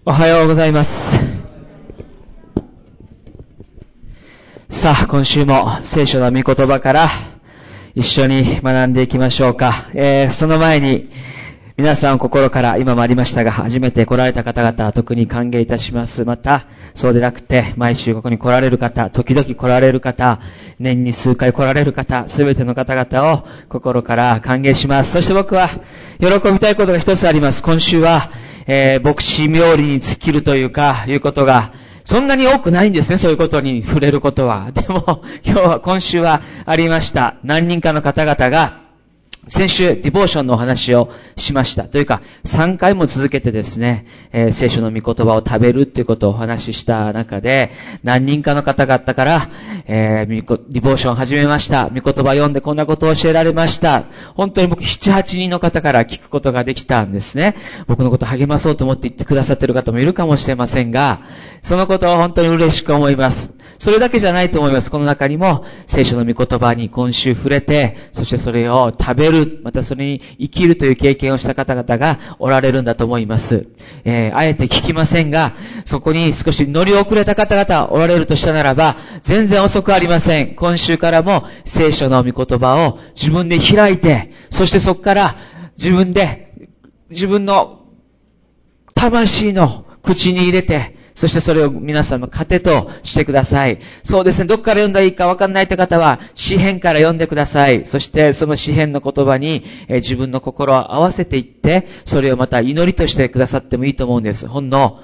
おはようございます。さあ、今週も聖書の御言葉から一緒に学んでいきましょうか。その前に皆さん心から今もありましたが、初めて来られた方々特に歓迎いたします。また、そうでなくて毎週ここに来られる方、時々来られる方、年に数回来られる方、すべての方々を心から歓迎します。そして僕は喜びたいことが一つあります。今週は牧師冥利に尽きるということがそんなに多くないんですね。そういうことに触れることは。でも今週はありました。何人かの方々が先週ディボーションのお話をしました。というか3回も続けてですね、聖書の御言葉を食べるということをお話しした中で、何人かの方々から、ディボーションを始めました。御言葉読んでこんなことを教えられました。本当に僕7、8人の方から聞くことができたんですね。僕のことを励まそうと思って言ってくださっている方もいるかもしれませんが、そのことを本当に嬉しく思います。それだけじゃないと思います。この中にも聖書の御言葉に今週触れて、そしてそれを食べる、またそれに生きるという経験をした方々がおられるんだと思います。あえて聞きませんが、そこに少し乗り遅れた方々おられるとしたならば、全然遅くありません。今週からも聖書の御言葉を自分で開いて、そしてそこから自分の魂の口に入れて、そしてそれを皆さんの糧としてください。そうですね、どこから読んだらいいか分かんないという方は、詩編から読んでください。そしてその詩編の言葉に自分の心を合わせていって、それをまた祈りとしてくださってもいいと思うんです。ほんの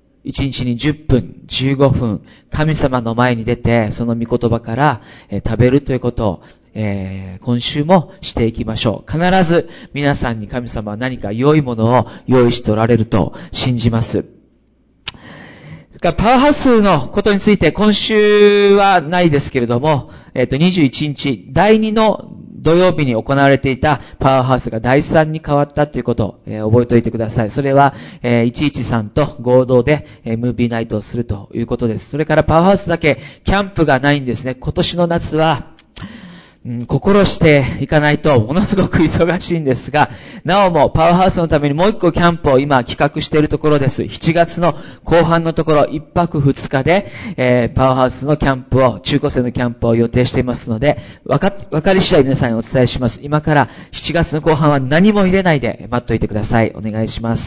1日に10分、15分、神様の前に出て、その御言葉から食べるということを、今週もしていきましょう。必ず皆さんに神様は何か良いものを用意しておられると信じます。パワーハウスのことについて今週はないですけれども、21日、第2の土曜日に行われていたパワーハウスが第3に変わったということを、覚えておいてください。それは、113と合同で、ムービーナイトをするということです。それからパワーハウスだけキャンプがないんですね。今年の夏は、心していかないとものすごく忙しいんですが、なおもパワーハウスのためにもう一個キャンプを今企画しているところです。7月の後半のところ1泊2日で、パワーハウスのキャンプを、中高生のキャンプを予定していますので、わかり次第皆さんにお伝えします。今から7月の後半は何も入れないで待っといてください。お願いします。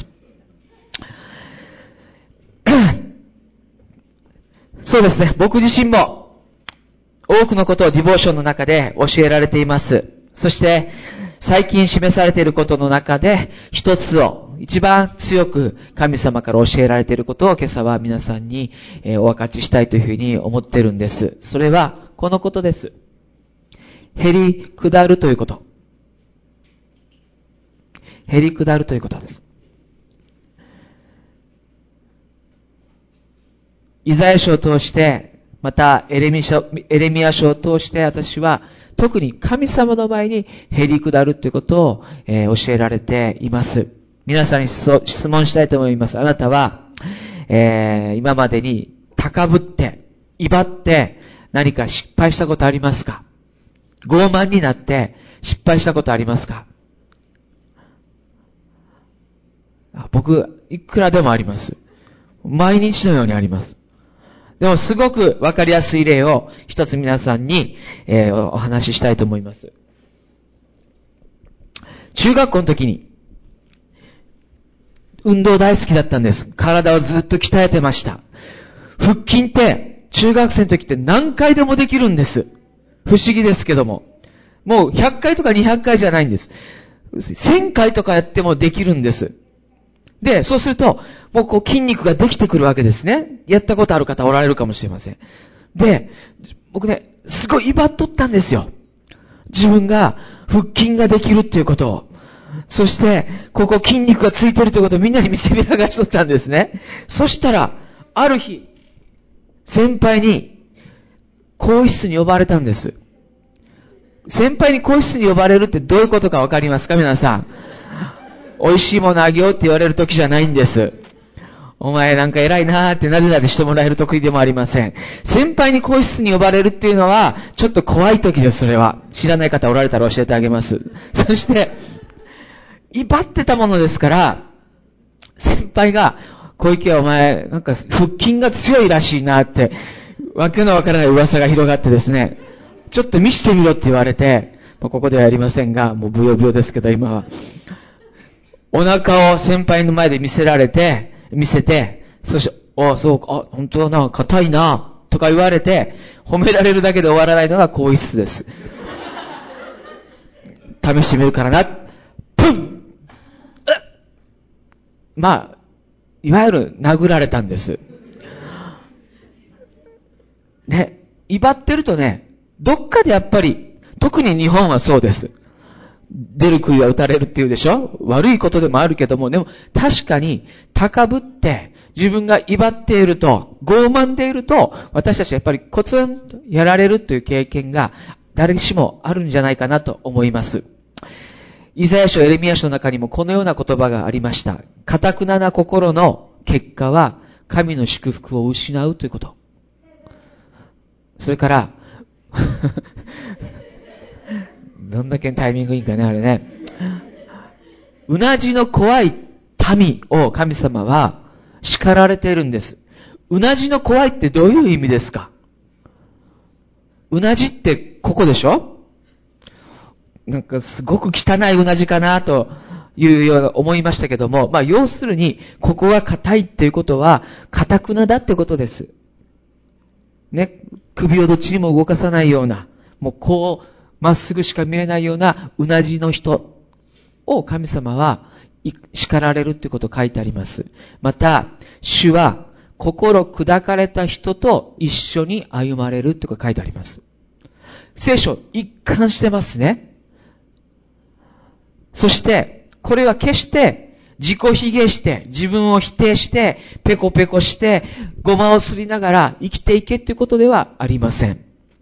そうですね、僕自身も多くのことをディボーションの中で教えられています。そして最近示されていることの中で一つを一番強く神様から教えられていることを今朝は皆さんにお分かちしたいというふうに思っているんです。それはこのことです。へり下るということ。へり下るということです。イザヤ書を通してまたエレミヤ書を通して私は特に神様の前にへり下るということを、教えられています。皆さんに質問したいと思います。あなたは、今までに高ぶって威張って何か失敗したことありますか？傲慢になって失敗したことありますか？僕いくらでもあります。毎日のようにあります。でもすごくわかりやすい例を一つ皆さんに、お話ししたいと思います。中学校の時に運動大好きだったんです。体をずっと鍛えてました。腹筋って中学生の時って何回でもできるんです。不思議ですけども。もう100回とか200回じゃないんです。1000回とかやってもできるんです。で、そうすると、もう筋肉ができてくるわけですね。やったことある方おられるかもしれません。で、僕ね、すごい威張っとったんですよ。自分が腹筋ができるっていうことを。そして、筋肉がついてるということをみんなに見せびらかしとったんですね。そしたら、ある日、先輩に、更衣室に呼ばれたんです。先輩に更衣室に呼ばれるってどういうことかわかりますか皆さん。美味しいものあげようって言われる時じゃないんです。お前なんか偉いなーってなでなでしてもらえる時でもありません。先輩に更衣室に呼ばれるっていうのはちょっと怖い時です。それは知らない方おられたら教えてあげます。そして威張ってたものですから、先輩が小池はお前、なんか腹筋が強いらしいなって、わけのわからない噂が広がってですね、ちょっと見せてみろって言われて、ここではやりませんが、もうブヨブヨですけど今は。お腹を先輩の前で見せて、そして、そうか、本当だな、硬いな、とか言われて、褒められるだけで終わらないのが更衣室です。試してみるからな。プン！まあ、いわゆる殴られたんです。ね、威張ってるとね、どっかでやっぱり、特に日本はそうです。出る杭は打たれるっていうでしょ？悪いことでもあるけども、でも確かに高ぶって自分が威張っていると、傲慢でいると、私たちはやっぱりコツンとやられるという経験が誰しもあるんじゃないかなと思います。イザヤ書、エレミヤ書の中にもこのような言葉がありました。堅な心の結果は神の祝福を失うということ。それからどんだけタイミングいいかね、あれね。うなじの怖い民を神様は叱られているんです。うなじの怖いってどういう意味ですか？うなじってここでしょ？なんかすごく汚いうなじかなというような思いましたけども、要するにここが硬いっていうことは堅なだってことです。ね、首をどっちにも動かさないような、もうこうまっすぐしか見れないようなうなじの人を神様は叱られるということを書いてあります。また、主は心砕かれた人と一緒に歩まれるということが書いてあります。聖書一貫してますね。そして、これは決して自己卑下して、自分を否定して、ペコペコして、ごまをすりながら生きていけということではありません。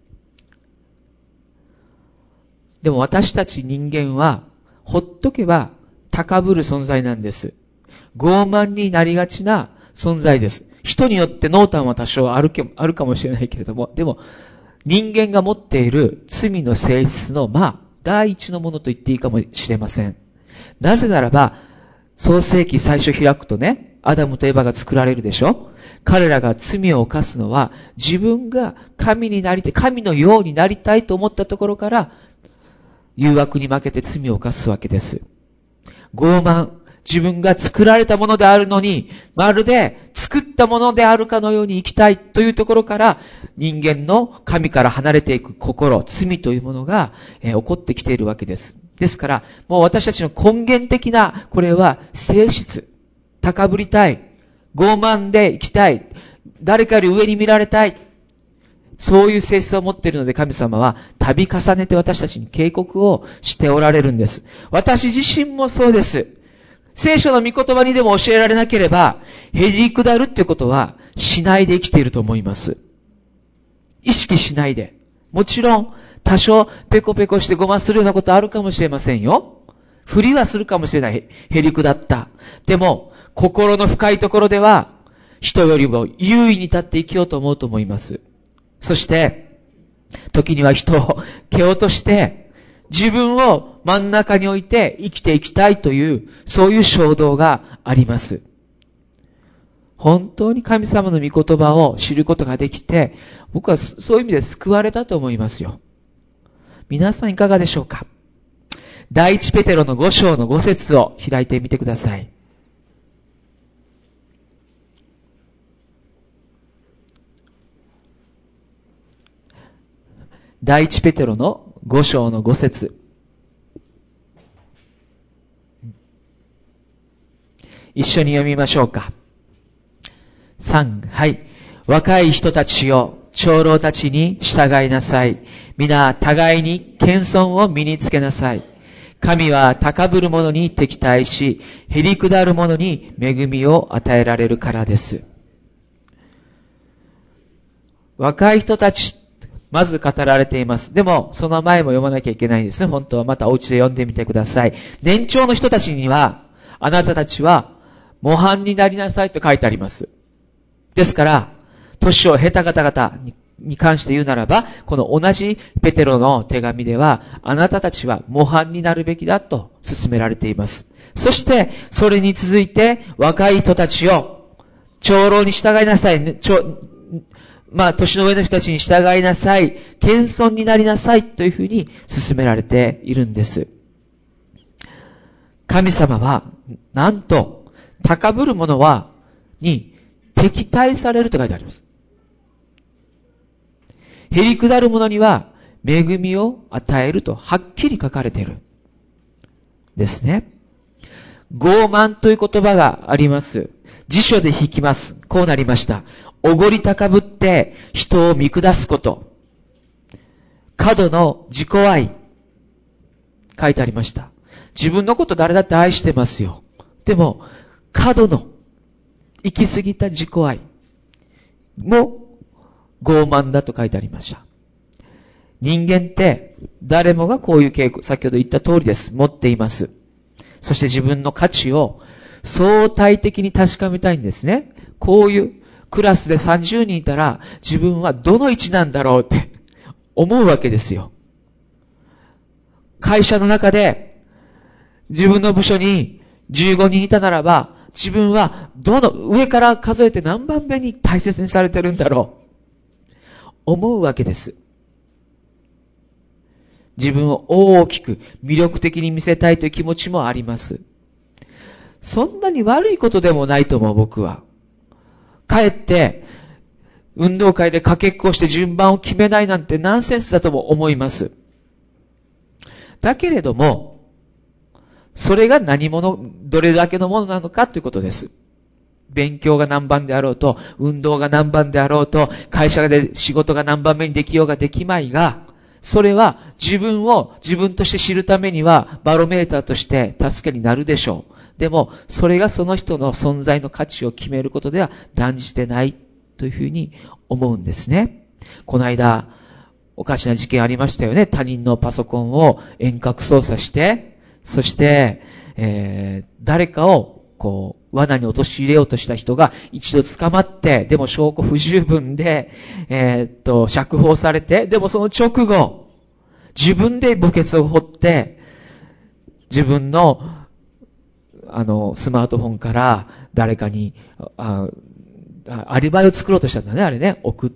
でも私たち人間は、ほっとけば高ぶる存在なんです。傲慢になりがちな存在です。人によって濃淡は多少あるかもしれないけれども、でも人間が持っている罪の性質の第一のものと言っていいかもしれません。なぜならば、創世記最初開くとね、アダムとエバが作られるでしょ？彼らが罪を犯すのは、自分が神のようになりたいと思ったところから、誘惑に負けて罪を犯すわけです。傲慢、自分が作られたものであるのに、まるで作ったものであるかのように生きたいというところから、人間の神から離れていく心、罪というものが、起こってきているわけです。ですから、もう私たちの根源的な、これは性質、高ぶりたい、傲慢で生きたい、誰かより上に見られたい、そういう性質を持っているので神様は度重ねて私たちに警告をしておられるんです。私自身もそうです。聖書の御言葉にでも教えられなければ、へりくだるっていうことはしないで生きていると思います。意識しないで。もちろん、多少ペコペコしてごまするようなことあるかもしれませんよ。振りはするかもしれない。へりくだった。でも、心の深いところでは、人よりも優位に立って生きようと思うと思います。そして、時には人を蹴落として、自分を真ん中に置いて生きていきたいという、そういう衝動があります。本当に神様の御言葉を知ることができて、僕はそういう意味で救われたと思いますよ。皆さんいかがでしょうか？第一ペテロの5章の5節を開いてみてください。第一ペテロの5章の5節。一緒に読みましょうか。3、はい。若い人たちよ、長老たちに従いなさい。皆、互いに謙遜を身につけなさい。神は高ぶる者に敵対し、へりくだる者に恵みを与えられるからです。若い人たち、まず語られています。でも、その前も読まなきゃいけないんですね。本当はまたお家で読んでみてください。年長の人たちには、あなたたちは模範になりなさいと書いてあります。ですから、年を経た方々に関して言うならば、この同じペテロの手紙では、あなたたちは模範になるべきだと勧められています。そして、それに続いて、若い人たちよ、 長老に従いなさい。年の上の人たちに従いなさい。謙遜になりなさいというふうに勧められているんです。神様は、なんと、高ぶる者に敵対されると書いてあります。へりくだる者には恵みを与えるとはっきり書かれている。ですね。傲慢という言葉があります。辞書で引きます。こうなりました。おごり高ぶって人を見下すこと。過度の自己愛。書いてありました。自分のこと誰だって愛してますよ。でも、過度の行き過ぎた自己愛も傲慢だと書いてありました。人間って誰もがこういう傾向、先ほど言った通りです。持っています。そして自分の価値を相対的に確かめたいんですね。こういうクラスで30人いたら自分はどの位置なんだろうって思うわけですよ。会社の中で自分の部署に15人いたならば自分は上から数えて何番目に大切にされてるんだろう思うわけです。自分を大きく魅力的に見せたいという気持ちもあります。そんなに悪いことでもないと思う、僕は。かえって、運動会でかけっこして順番を決めないなんてナンセンスだとも思います。だけれども、それがどれだけのものなのかということです。勉強が何番であろうと、運動が何番であろうと、会社で仕事が何番目にできようができまいが、それは自分を自分として知るためにはバロメーターとして助けになるでしょう。でも、それがその人の存在の価値を決めることでは断じてないというふうに思うんですね。この間、おかしな事件ありましたよね。他人のパソコンを遠隔操作して、そして、誰かを罠に陥れようとした人が一度捕まって、でも証拠不十分で、釈放されて、でもその直後、自分で墓穴を掘って、自分の、スマートフォンから誰かに、アリバイを作ろうとしたんだね、あれね。送って、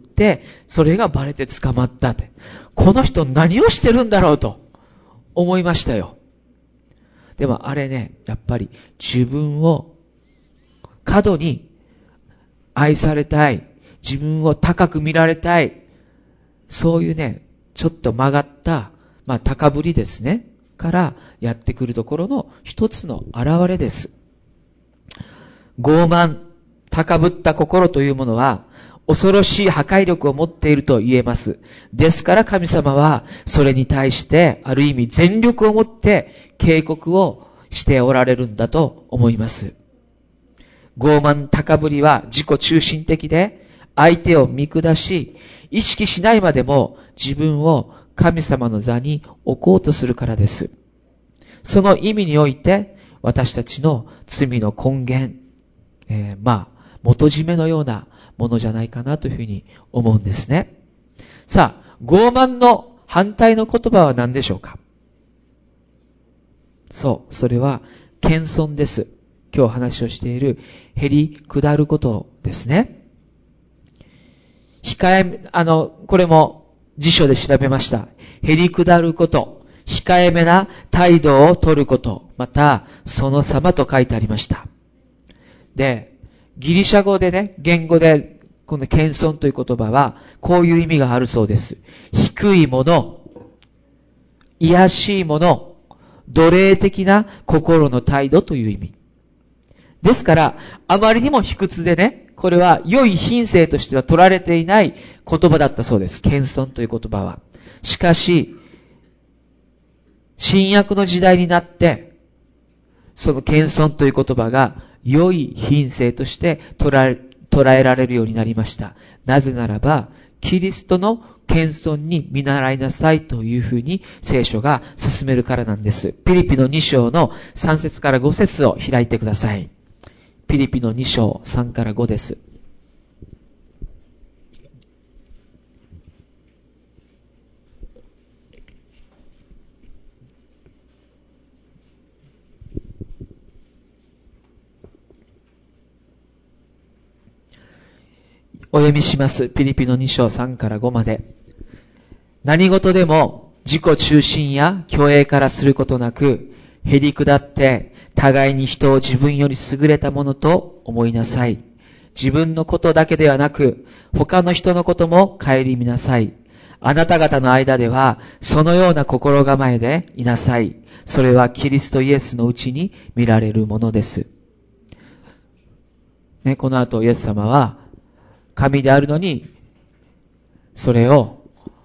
それがバレて捕まったって。この人何をしてるんだろうと思いましたよ。でもあれね、やっぱり自分を過度に愛されたい、自分を高く見られたい、そういうね、ちょっと曲がった、高ぶりですね、からやってくるところの一つの現れです。傲慢、高ぶった心というものは、恐ろしい破壊力を持っていると言えます。ですから神様は、それに対して、ある意味全力を持って警告をしておられるんだと思います。傲慢高ぶりは自己中心的で、相手を見下し、意識しないまでも自分を神様の座に置こうとするからです。その意味において、私たちの罪の根源、元締めのようなものじゃないかなというふうに思うんですね。さあ、傲慢の反対の言葉は何でしょうか？そう、それは謙遜です。今日話をしているへり下ることですね。これも辞書で調べました。へり下ること、控えめな態度を取ること、またその様と書いてありました。で、ギリシャ語でね、言語でこの謙遜という言葉はこういう意味があるそうです。低いもの、卑しいもの、奴隷的な心の態度という意味。ですから、あまりにも卑屈でね、これは良い品性としては取られていない言葉だったそうです。謙遜という言葉は。しかし、新約の時代になって、その謙遜という言葉が良い品性として捉えられるようになりました。なぜならば、キリストの謙遜に見習いなさいというふうに聖書が進めるからなんです。ピリピの2章の3節から5節を開いてください。ピリピの2章3から5です。 お読みします。ピリピの2章3から5まで。何事でも自己中心や虚栄からすることなく、へり下って互いに人を自分より優れたものと思いなさい。自分のことだけではなく、他の人のことも顧みなさい。あなた方の間では、そのような心構えでいなさい。それはキリストイエスのうちに見られるものです。ね、この後イエス様は、神であるのに、それを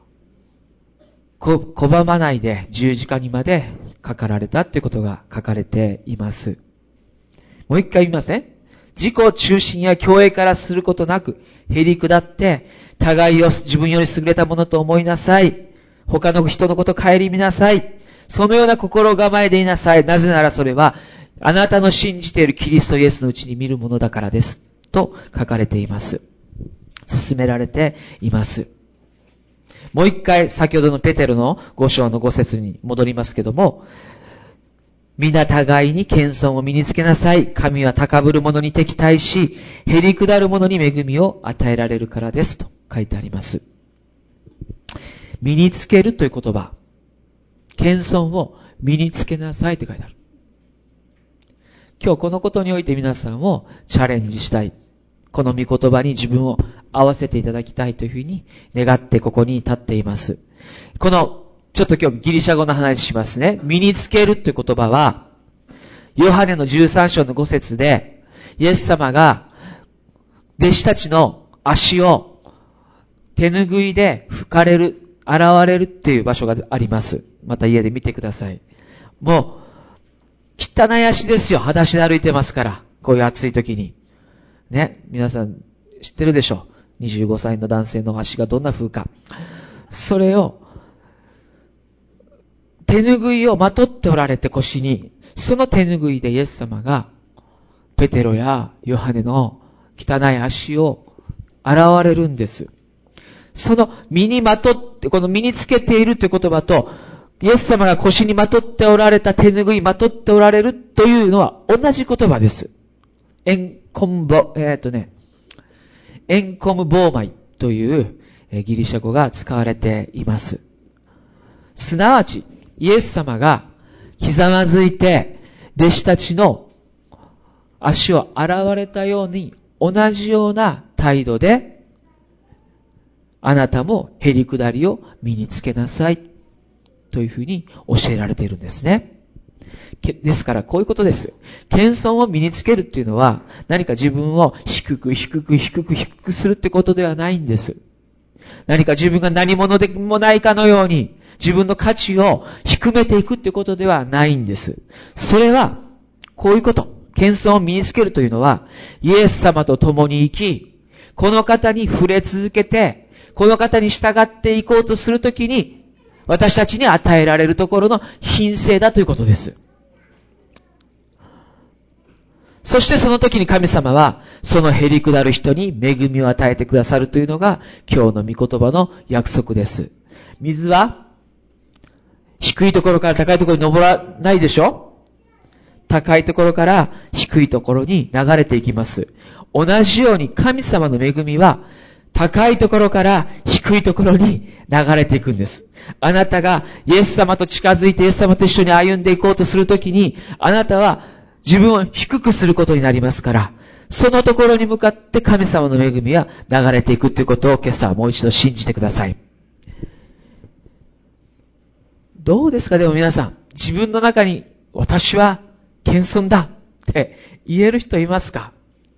拒まないで十字架にまでかかられたということが書かれています。もう一回言いますね。自己中心や虚栄からすることなく、へり下って、互いを自分より優れたものと思いなさい。他の人のことを顧みなさい。そのような心構えでいなさい。なぜならそれは、あなたの信じているキリストイエスのうちに見るものだからです。と書かれています。進められています。もう一回、先ほどのペテロの5章の5節に戻りますけども、皆互いに謙遜を身につけなさい。神は高ぶる者に敵対し、へり下る者に恵みを与えられるからです。と書いてあります。身につけるという言葉。謙遜を身につけなさいって書いてある。今日このことにおいて皆さんをチャレンジしたい。この御言葉に自分を合わせていただきたいというふうに願ってここに立っています。このちょっと今日ギリシャ語の話しますね。身につけるという言葉は、ヨハネの13章の5節で、イエス様が弟子たちの足を手ぬぐいで拭かれる、洗われるっていう場所があります。また家で見てください。もう、汚い足ですよ。裸足で歩いてますから。こういう暑い時に。ね。皆さん知ってるでしょう。25歳の男性の足がどんな風か。それを、手ぬぐいをまとっておられて腰に、その手ぬぐいでイエス様が、ペテロやヨハネの汚い足を洗われるんです。その身にまとって、この身につけているという言葉と、イエス様が腰にまとっておられた手ぬぐい、まとっておられるというのは同じ言葉です。エンコムボーマイというギリシャ語が使われています。すなわち、イエス様がひざまずいて弟子たちの足を洗われたように同じような態度であなたもへりくだりを身につけなさいというふうに教えられているんですね。ですからこういうことです。謙遜を身につけるっていうのは何か自分を低くするってことではないんです。何か自分が何者でもないかのように自分の価値を低めていくってことではないんです。それはこういうこと。謙遜を身につけるというのはイエス様と共に生き、この方に触れ続けて、この方に従っていこうとするときに私たちに与えられるところの品性だということです。そしてその時に神様はそのへりくだる人に恵みを与えてくださるというのが今日の御言葉の約束です。水は低いところから高いところに登らないでしょ？高いところから低いところに流れていきます。同じように神様の恵みは高いところから低いところに流れていくんです。あなたがイエス様と近づいてイエス様と一緒に歩んでいこうとするときに、あなたは自分を低くすることになりますから、そのところに向かって神様の恵みは流れていくということを今朝はもう一度信じてください。どうですか？でも皆さん、自分の中に私は謙遜だって言える人いますか？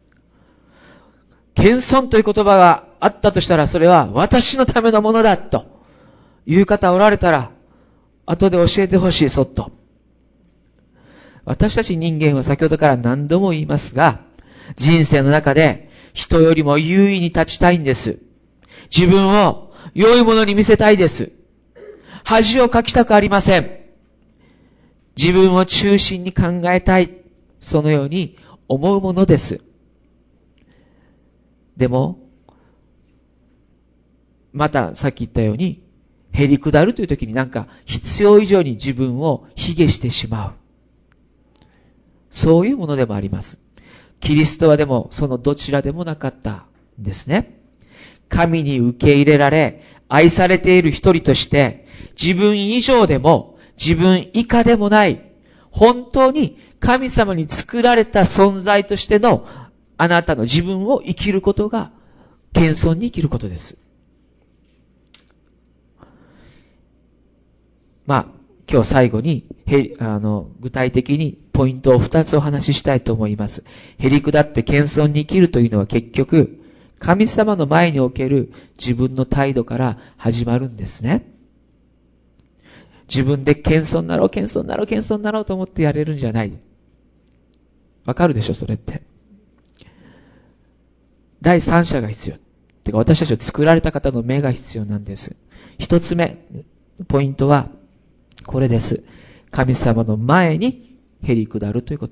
謙遜という言葉があったとしたら、それは私のためのものだという方おられたら、後で教えてほしい、そっと。私たち人間は先ほどから何度も言いますが、人生の中で人よりも優位に立ちたいんです。自分を良いものに見せたいです。恥をかきたくありません。自分を中心に考えたい。そのように思うものです。でも、またさっき言ったように、へりくだるという時になんか必要以上に自分を卑下してしまう。そういうものでもあります。キリストはでもそのどちらでもなかったんですね。 神に受け入れられ、愛されている一人として、自分以上でも自分以下でもない、本当に神様に作られた存在としてのあなたの自分を生きることが、謙遜に生きることです。今日最後に、具体的にポイントを2つお話ししたいと思います。へりくだって謙遜に生きるというのは結局、神様の前における自分の態度から始まるんですね。自分で謙遜になろうと思ってやれるんじゃない。わかるでしょ、それって。第三者が必要。てか私たちを作られた方の目が必要なんです。一つ目、ポイントはこれです。神様の前にへりくだるということ。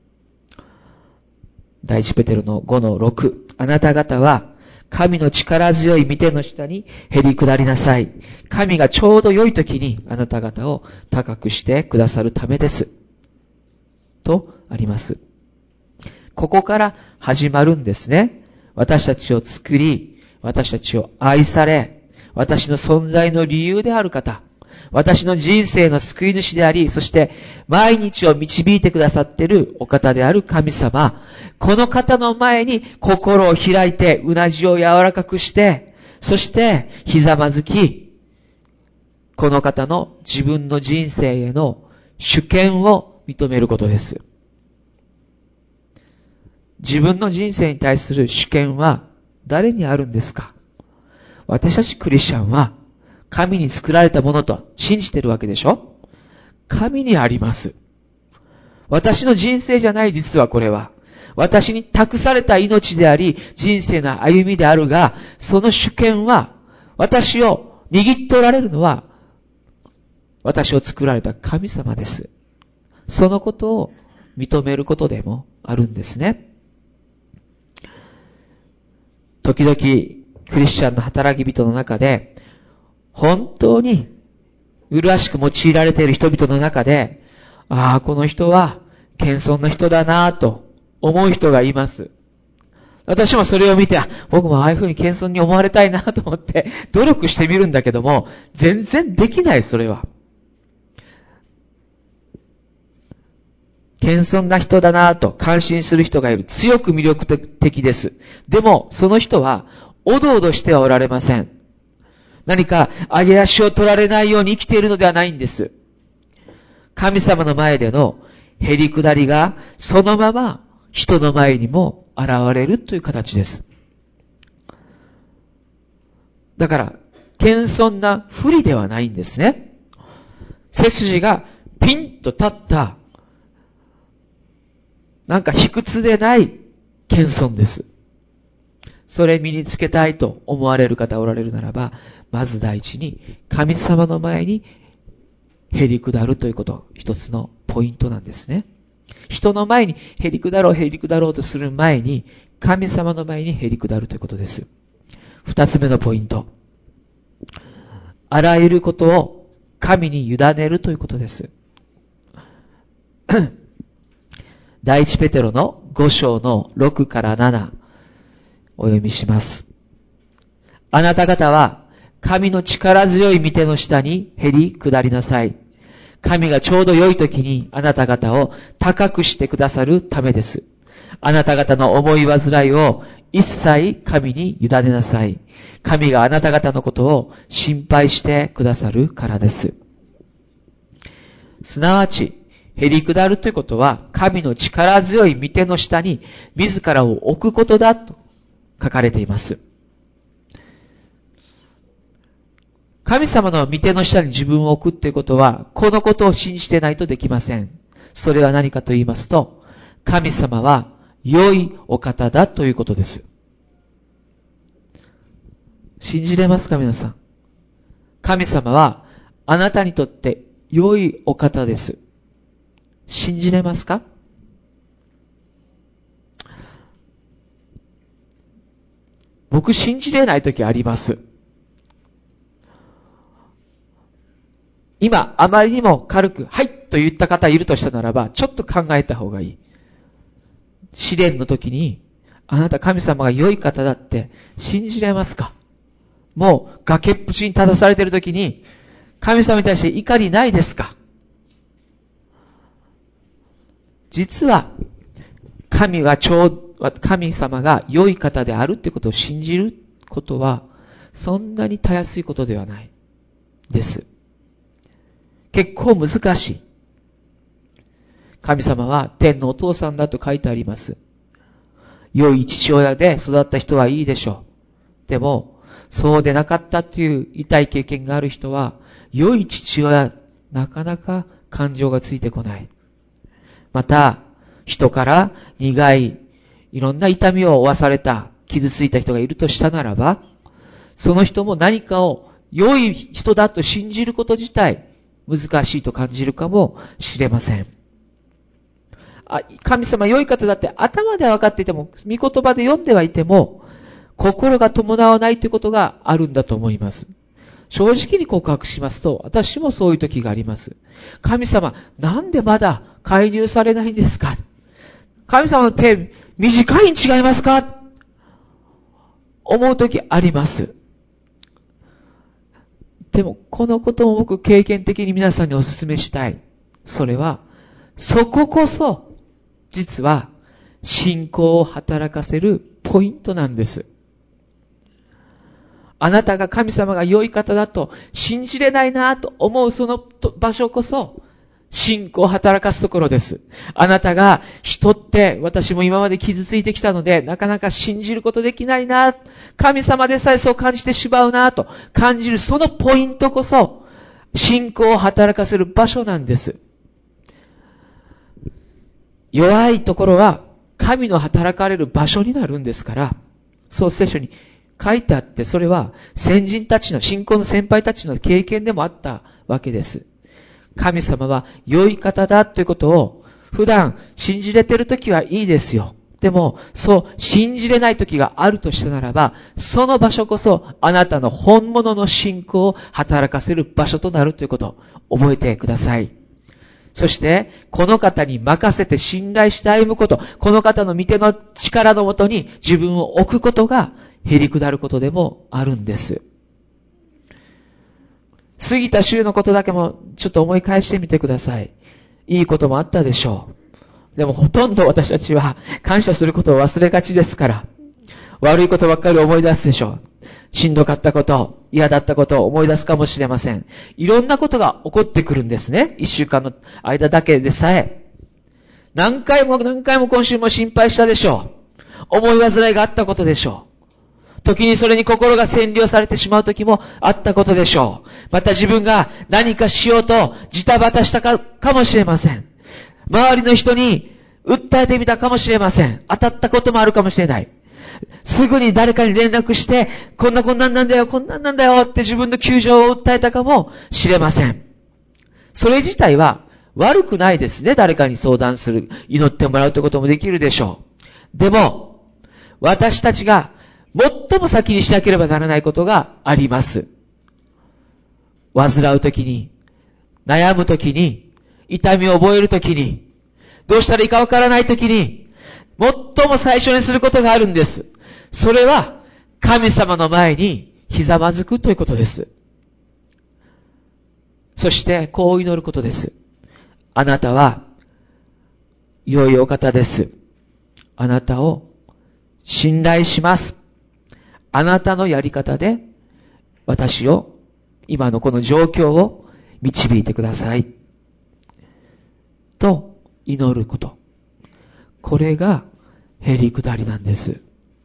第一ペテロの5の6。あなた方は神の力強い御手の下にへりくだりなさい。神がちょうど良い時にあなた方を高くしてくださるためです。とあります。ここから始まるんですね。私たちを作り、私たちを愛され、私の存在の理由である方、私の人生の救い主であり、そして毎日を導いてくださっているお方である神様、この方の前に心を開いて、うなじを柔らかくして、そしてひざまずき、この方の自分の人生への主権を認めることです。自分の人生に対する主権は誰にあるんですか？私たちクリスチャンは神に作られたものと信じてるわけでしょ？神にあります。私の人生じゃない、実はこれは。私に託された命であり、人生の歩みであるが、その主権は、私を握っておられるのは、私を作られた神様です。そのことを認めることでもあるんですね。時々、クリスチャンの働き人の中で、本当に、麗しく用いられている人々の中で、この人は、謙遜な人だなぁと思う人がいます。私もそれを見て、僕もああいう風に謙遜に思われたいなと思って、努力してみるんだけども、全然できない、それは。謙遜な人だなぁと感心する人がいる。強く魅力的です。でも、その人は、おどおどしてはおられません。何か、上げ足を取られないように生きているのではないんです。神様の前でのへりくだりが、そのまま人の前にも現れるという形です。だから、謙遜な不利ではないんですね。背筋がピンと立った、なんか卑屈でない謙遜です。それ身につけたいと思われる方おられるならば、まず第一に神様の前にへりくだるということ、一つのポイントなんですね。人の前にへりくだろうとする前に、神様の前にへりくだるということです。二つ目のポイント。あらゆることを神に委ねるということです。第一ペテロの5章の6から7お読みします。あなた方は神の力強い御手の下にへり下りなさい。神がちょうど良い時にあなた方を高くしてくださるためです。あなた方の思い煩いを一切神に委ねなさい。神があなた方のことを心配してくださるからです。すなわち、へり下るということは、神の力強い御手の下に自らを置くことだと書かれています。神様の御手の下に自分を置くということは、このことを信じてないとできません。それは何かと言いますと、神様は良いお方だということです。信じれますか、皆さん。神様はあなたにとって良いお方です。信じれますか？僕信じれないときあります。今、あまりにも軽く、はいと言った方いるとしたならば、ちょっと考えた方がいい。試練の時に、 あなた神様が良い方だって信じられますか？もう崖っぷちに立たされているときに、神様に対して怒りないですか？実は、神様が良い方であるということを信じることは、そんなにたやすいことではないです。結構難しい。神様は天のお父さんだと書いてあります。良い父親で育った人はいいでしょう。でも、そうでなかったという痛い経験がある人は、良い父親、なかなか感情がついてこない。また、人から苦い、いろんな痛みを負わされた、傷ついた人がいるとしたならば、その人も何かを良い人だと信じること自体、難しいと感じるかもしれません。神様良い方だって頭では分かっていても、御言葉で読んではいても、心が伴わないということがあるんだと思います。正直に告白しますと、私もそういう時があります。神様、なんでまだ介入されないんですか？神様の手、短いに違いますか？思う時あります。でも、このことも僕経験的に皆さんにお勧めしたい。それは、そここそ、実は、信仰を働かせるポイントなんです。あなたが神様が良い方だと信じれないなと思うその場所こそ、信仰を働かすところです。あなたが人って私も今まで傷ついてきたのでなかなか信じることできないな、神様でさえそう感じてしまうなと感じるそのポイントこそ信仰を働かせる場所なんです。弱いところは神の働かれる場所になるんですから、そう聖書に書いてあって、それは先人たちの信仰の先輩たちの経験でもあったわけです。神様は良い方だということを普段信じれてるときはいいですよ。でも、そう信じれないときがあるとしたならば、その場所こそあなたの本物の信仰を働かせる場所となるということを覚えてください。そして、この方に任せて信頼して歩むこと、この方の御手の力のもとに自分を置くことがへり下ることでもあるんです。過ぎた週のことだけもちょっと思い返してみてください。いいこともあったでしょう。でもほとんど私たちは感謝することを忘れがちですから、悪いことばっかり思い出すでしょう。しんどかったこと、嫌だったことを思い出すかもしれません。いろんなことが起こってくるんですね。一週間の間だけでさえ。何回も今週も心配したでしょう。思い煩いがあったことでしょう。時にそれに心が占領されてしまう時もあったことでしょう。また自分が何かしようとジタバタしたかもしれません。周りの人に訴えてみたかもしれません。当たったこともあるかもしれない。すぐに誰かに連絡して、こんなんなんだよって自分の窮状を訴えたかもしれません。それ自体は悪くないですね。誰かに相談する、祈ってもらうということもできるでしょう。でも、私たちが最も先にしなければならないことがあります。患うときに、悩むときに、痛みを覚えるときに、どうしたらいいかわからないときに、最も最初にすることがあるんです。それは、神様の前にひざまずくということです。そして、こう祈ることです。あなたは、良いお方です。あなたを信頼します。あなたのやり方で、私を、今のこの状況を導いてください。と、祈ること。これが、へりくだりなんです。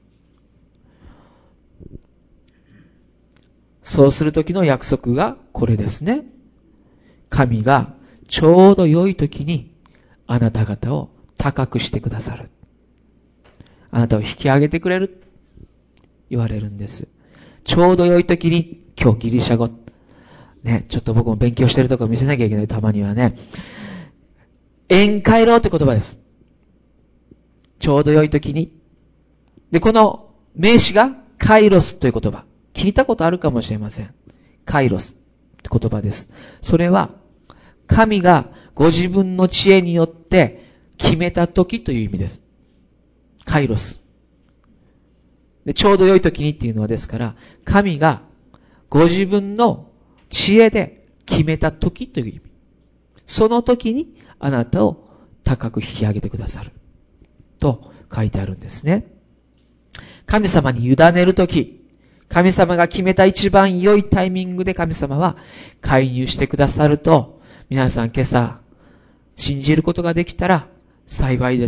そうするときの約束がこれですね。神がちょうど良いときにあなた方を高くしてくださる。あなたを引き上げてくれる。言われるんです。ちょうど良いときに、今日ギリシャ語。ね、ちょっと僕も勉強してるところ見せなきゃいけない、たまにはね。エンカイロって言葉です。ちょうど良いときに。で、この名詞がカイロスという言葉。聞いたことあるかもしれません。カイロスって言葉です。それは、神がご自分の知恵によって決めた時という意味です。カイロス。 で、ちょうど良い時にっていうのはですから、神がご自分の知恵で決めた時という意味。その時にあなたを高く引き上げてくださる。と書いてあるんですね。神様に委ねる時、神様が決めた一番良いタイミングで神様は介入してくださると、皆さん今朝信じることができたら幸いです。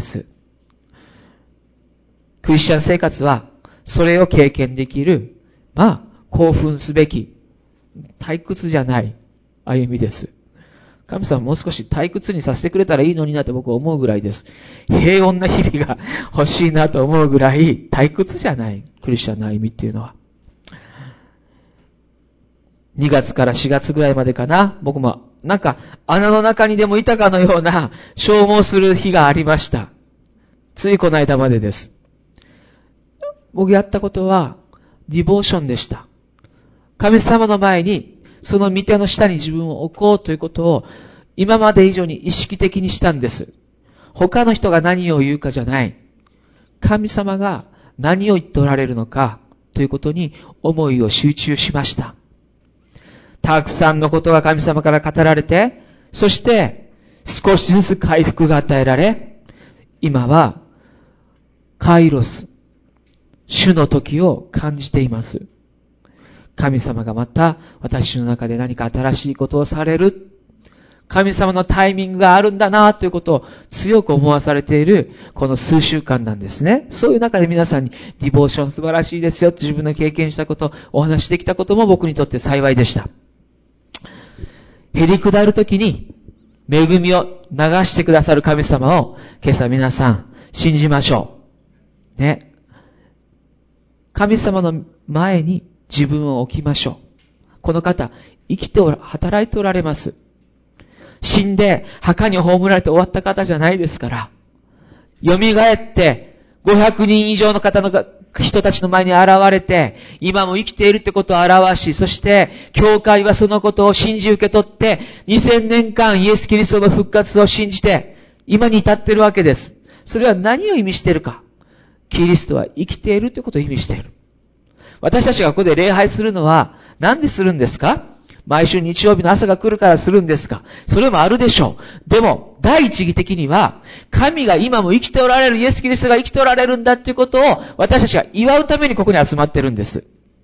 クリスチャン生活はそれを経験できる、興奮すべき退屈じゃない歩みです。神様もう少し退屈にさせてくれたらいいのになって僕は思うぐらいです。平穏な日々が欲しいなと思うぐらい退屈じゃないクリスチャンの歩みっていうのは。2月から4月ぐらいまでかな、僕も穴の中にでもいたかのような消耗する日がありました。ついこの間までです。僕やったことはディボーションでした。神様の前にその御手の下に自分を置こうということを今まで以上に意識的にしたんです。他の人が何を言うかじゃない。神様が何を言っておられるのかということに思いを集中しました。たくさんのことが神様から語られて、そして少しずつ回復が与えられ、今はカイロス、主の時を感じています。神様がまた私の中で何か新しいことをされる。神様のタイミングがあるんだなということを強く思わされているこの数週間なんですね。そういう中で皆さんにディボーション素晴らしいですよって自分の経験したこと、お話しできたことも僕にとって幸いでした。へり下るときに恵みを流してくださる神様を今朝皆さん信じましょう。ね。神様の前に自分を置きましょう。この方、働いておられます。死んで墓に葬られて終わった方じゃないですから。蘇って500人以上の人たちの前に現れて、今も生きているってことを表し、そして教会はそのことを信じ受け取って、2000年間イエス・キリストの復活を信じて、今に至っているわけです。それは何を意味しているか。キリストは生きているということを意味している。私たちがここで礼拝するのは何でするんですか？毎週日曜日の朝が来るからするんですか？それもあるでしょう。でも、第一義的には、神が今も生きておられる、イエス・キリストが生きておられるんだということを私たちが祝うためにここに集まってるんです。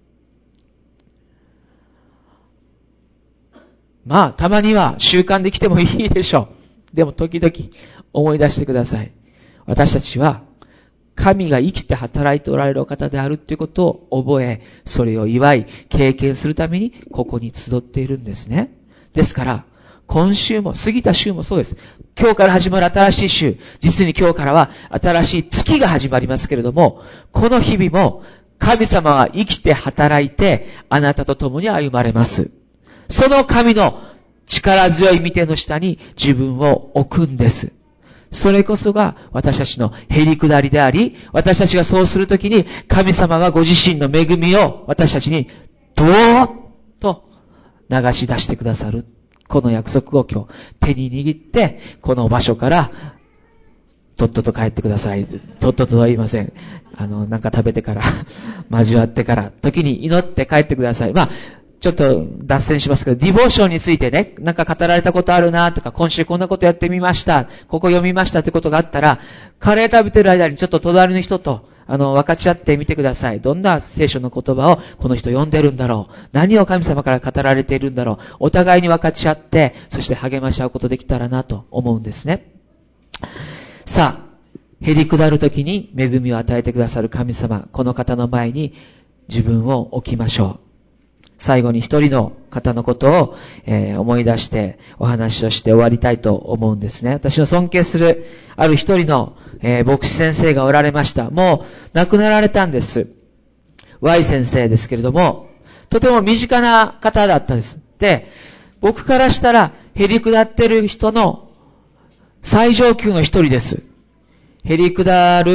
たまには習慣で来てもいいでしょう。でも時々思い出してください。私たちは神が生きて働いておられるお方であるということを覚え、それを祝い、経験するためにここに集っているんですね。ですから、今週も、過ぎた週もそうです。今日から始まる新しい週、実に今日からは新しい月が始まりますけれども、この日々も神様は生きて働いて、あなたと共に歩まれます。その神の力強い御手の下に自分を置くんです。それこそが私たちのへり下りであり、私たちがそうするときに神様がご自身の恵みを私たちにどーっと流し出してくださる。この約束を今日手に握って、この場所からとっとと帰ってください。とっととは言いません。なんか食べてから、交わってから、時に祈って帰ってください。ちょっと脱線しますけど、ディボーションについてね、なんか語られたことあるなとか、今週こんなことやってみました、ここ読みましたってことがあったら、カレー食べてる間にちょっと隣の人と、分かち合ってみてください。どんな聖書の言葉をこの人読んでるんだろう。何を神様から語られているんだろう。お互いに分かち合って、そして励まし合うことできたらなと思うんですね。さあ、へり下るときに恵みを与えてくださる神様、この方の前に自分を置きましょう。最後に一人の方のことを、思い出してお話をして終わりたいと思うんですね。私の尊敬するある一人の、牧師先生がおられました。もう亡くなられたんです。Y 先生ですけれども、とても身近な方だったんです。で、僕からしたらへり下ってる人の最上級の一人です。へり下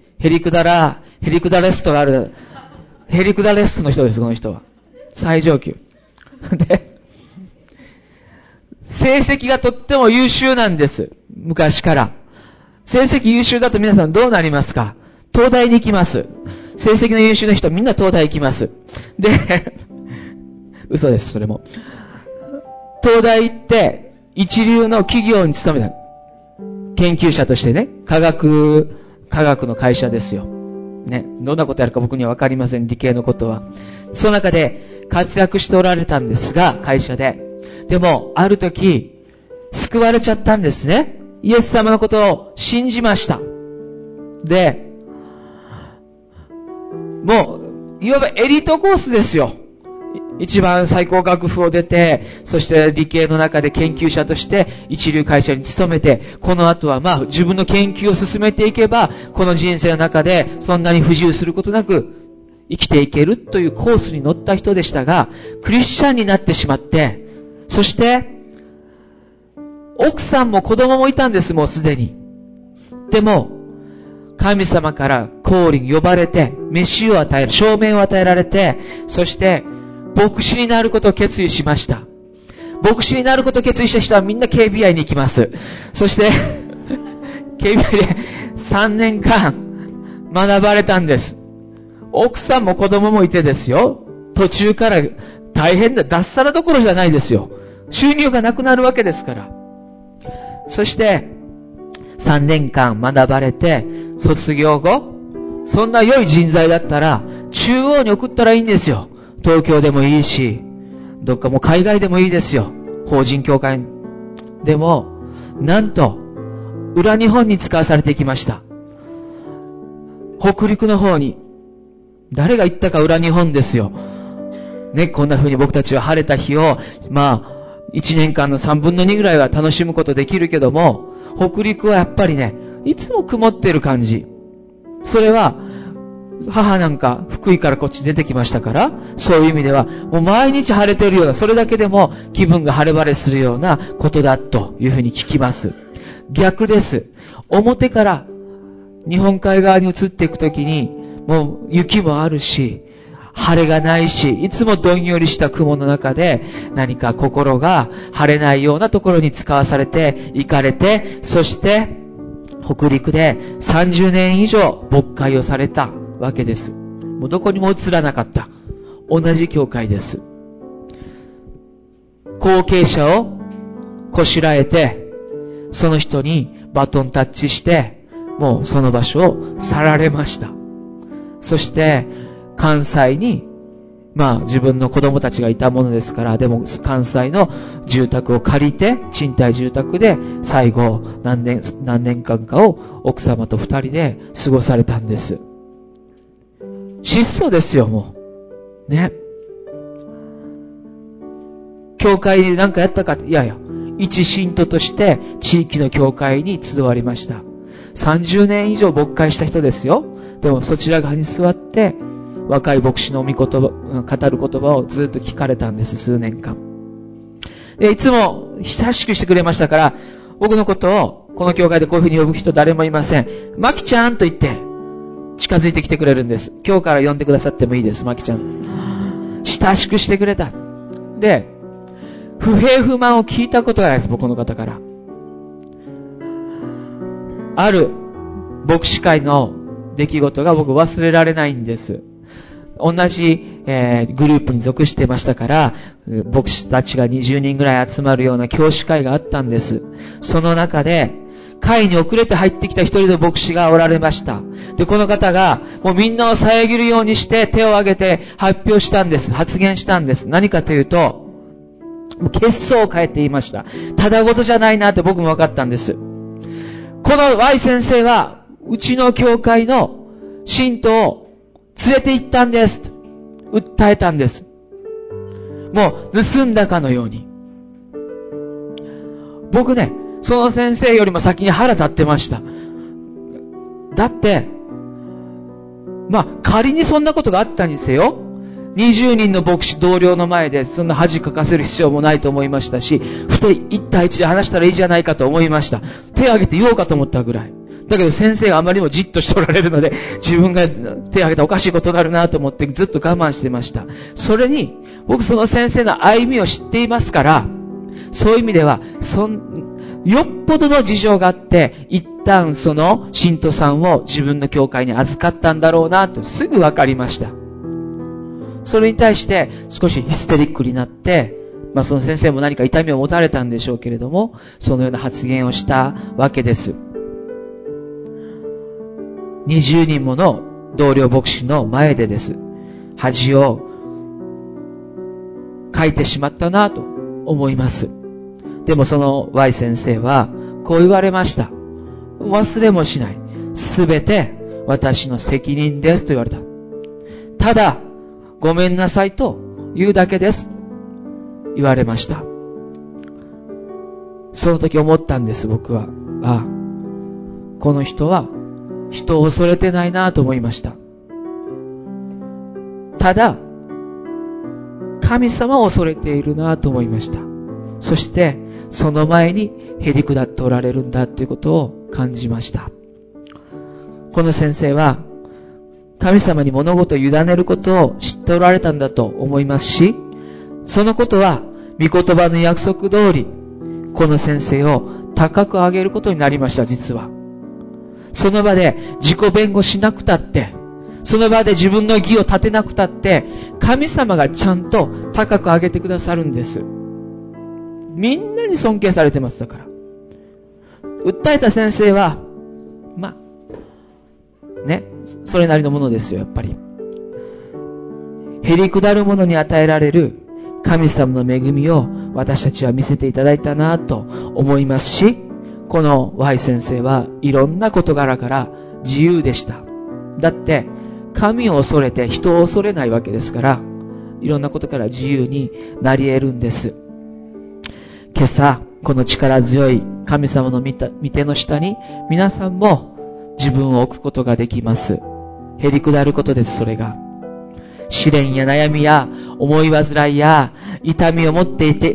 レストがある、へり下レストの人です、この人は。最上級。で、成績がとっても優秀なんです。昔から。成績優秀だと皆さんどうなりますか？東大に行きます。 成績の優秀な人はみんな東大行きます。で、嘘です、それも。東大行って、一流の企業に勤めた。研究者としてね、科学の会社ですよ。ね、どんなことやるか僕には分かりません、理系のことは。その中で活躍しておられたんですが、会社で。でも、ある時、救われちゃったんですね。イエス様のことを信じました。で、もう、いわばエリートコースですよ。一番最高学府を出て、そして理系の中で研究者として一流会社に勤めて、この後は自分の研究を進めていけば、この人生の中でそんなに不自由することなく生きていけるというコースに乗った人でしたが、クリスチャンになってしまって、そして奥さんも子供もいたんです、もうすでに。でも、神様からコーリング呼ばれて、飯を与える、証明を与えられて、そして牧師になることを決意しました。牧師になることを決意した人はみんな KBI に行きます。そして、KBI で3年間学ばれたんです。奥さんも子供もいてですよ。途中から大変だ、脱サラどころじゃないですよ。収入がなくなるわけですから。そして、3年間学ばれて、卒業後、そんな良い人材だったら、中央に送ったらいいんですよ。東京でもいいし、どっかもう海外でもいいですよ。法人協会でも、なんと、裏日本に使わされていきました。北陸の方に。誰が行ったか裏日本ですよ。ね、こんな風に僕たちは晴れた日を、1年間の3分の2ぐらいは楽しむことできるけども、北陸はやっぱりね、いつも曇ってる感じ。それは、母なんか福井からこっち出てきましたから、そういう意味では、もう毎日晴れてるような、それだけでも気分が晴れ晴れするようなことだというふうに聞きます。逆です。表から日本海側に移っていくときに、もう雪もあるし、晴れがないし、いつもどんよりした雲の中で何か心が晴れないようなところに使わされて行かれて、そして北陸で30年以上牧会をされたわけです。もうどこにも移らなかった。同じ教会です。後継者をこしらえて、その人にバトンタッチして、もうその場所を去られました。そして関西に、自分の子供たちがいたものですから、でも関西の住宅を借りて、賃貸住宅で最後何年間かを奥様と2人で過ごされたんです。質素ですよ、もう。ね。教会で何かやったかって、いやいや、一信徒として地域の教会に集わりました。30年以上牧会した人ですよ。でもそちら側に座って、若い牧師の御言葉、語る言葉をずっと聞かれたんです、数年間。で、いつも親しくしてくれましたから、僕のことをこの教会でこういうふうに呼ぶ人誰もいません。マキちゃんと言って近づいてきてくれるんです。今日から呼んでくださってもいいです、マキちゃん。親しくしてくれた。で、不平不満を聞いたことがないです、僕の方から。ある牧師会の出来事が僕忘れられないんです。同じ、グループに属してましたから、牧師たちが20人ぐらい集まるような教師会があったんです。その中で、会に遅れて入ってきた一人の牧師がおられました。で、この方が、もうみんなを遮るようにして手を挙げて発表したんです。発言したんです。何かというと、血相を変えて言いました。ただごとじゃないなって僕も分かったんです。この Y 先生は、うちの教会の信徒を連れて行ったんですと訴えたんです。もう盗んだかのように。僕ね、その先生よりも先に腹立ってました。だって、仮にそんなことがあったにせよ、20人の牧師同僚の前でそんな恥かかせる必要もないと思いましたし、1対1で話したらいいじゃないかと思いました。手を挙げて言おうかと思ったぐらい。だけど先生があまりにもじっとしておられるので、自分が手を挙げたらおかしいことになるなと思ってずっと我慢してました。それに、僕その先生の歩みを知っていますから、そういう意味では、 よっぽどの事情があって、一旦その信徒さんを自分の教会に預かったんだろうなとすぐ分かりました。それに対して少しヒステリックになって、その先生も何か痛みを持たれたんでしょうけれども、そのような発言をしたわけです。20人もの同僚牧師の前でです。恥をかいてしまったなと思います。でもその Y 先生はこう言われました。忘れもしない。すべて私の責任ですと言われた。ただ、ごめんなさいと言うだけです。言われました。その時思ったんです、僕は。この人は人を恐れてないなと思いました。ただ、神様を恐れているなと思いました。そして、その前にへり下っておられるんだということを感じました。この先生は、神様に物事を委ねることを知っておられたんだと思いますし、そのことは、御言葉の約束通り、この先生を高く上げることになりました、実は。その場で自己弁護しなくたって、その場で自分の義を立てなくたって、神様がちゃんと高く上げてくださるんです。みんなに尊敬されてます、だから。訴えた先生は、それなりのものですよ、やっぱり。へりくだる者に与えられる神様の恵みを私たちは見せていただいたなと思いますし、この Y 先生はいろんな事柄から自由でした。だって神を恐れて人を恐れないわけですから、いろんなことから自由になり得るんです。今朝この力強い神様の御手の下に皆さんも自分を置くことができます。へりくだることです。それが試練や悩みや思い煩いや痛みを持っていて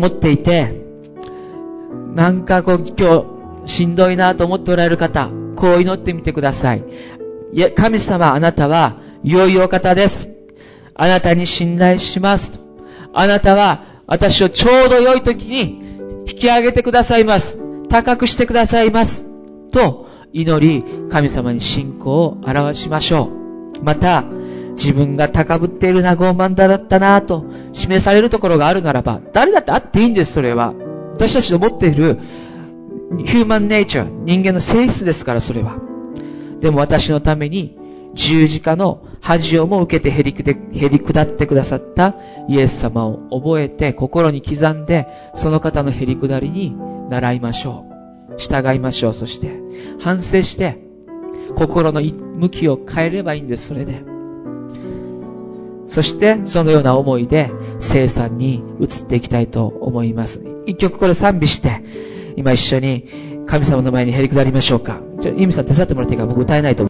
なんか今日しんどいなと思っておられる方、こう祈ってみてください。いや、神様、あなたは良いお方です。あなたに信頼します。あなたは私をちょうど良い時に引き上げてくださいます。高くしてくださいます。と祈り、神様に信仰を表しましょう。また、自分が高ぶっているな、傲慢だったなと示されるところがあるならば、誰だってあっていいんです。それは私たちの持っているヒューマンネイチャー、人間の性質ですから、それは。でも私のために十字架の恥をも受けてへり下ってくださったイエス様を覚えて、心に刻んで、その方のへり下りに習いましょう。従いましょう。そして反省して心の向きを変えればいいんです。それで、そしてそのような思いで聖餐に移っていきたいと思います。一曲これ賛美して、今一緒に神様の前にへり下りましょうか。イミさん手伝ってもらっていいか。僕歌えないと思う。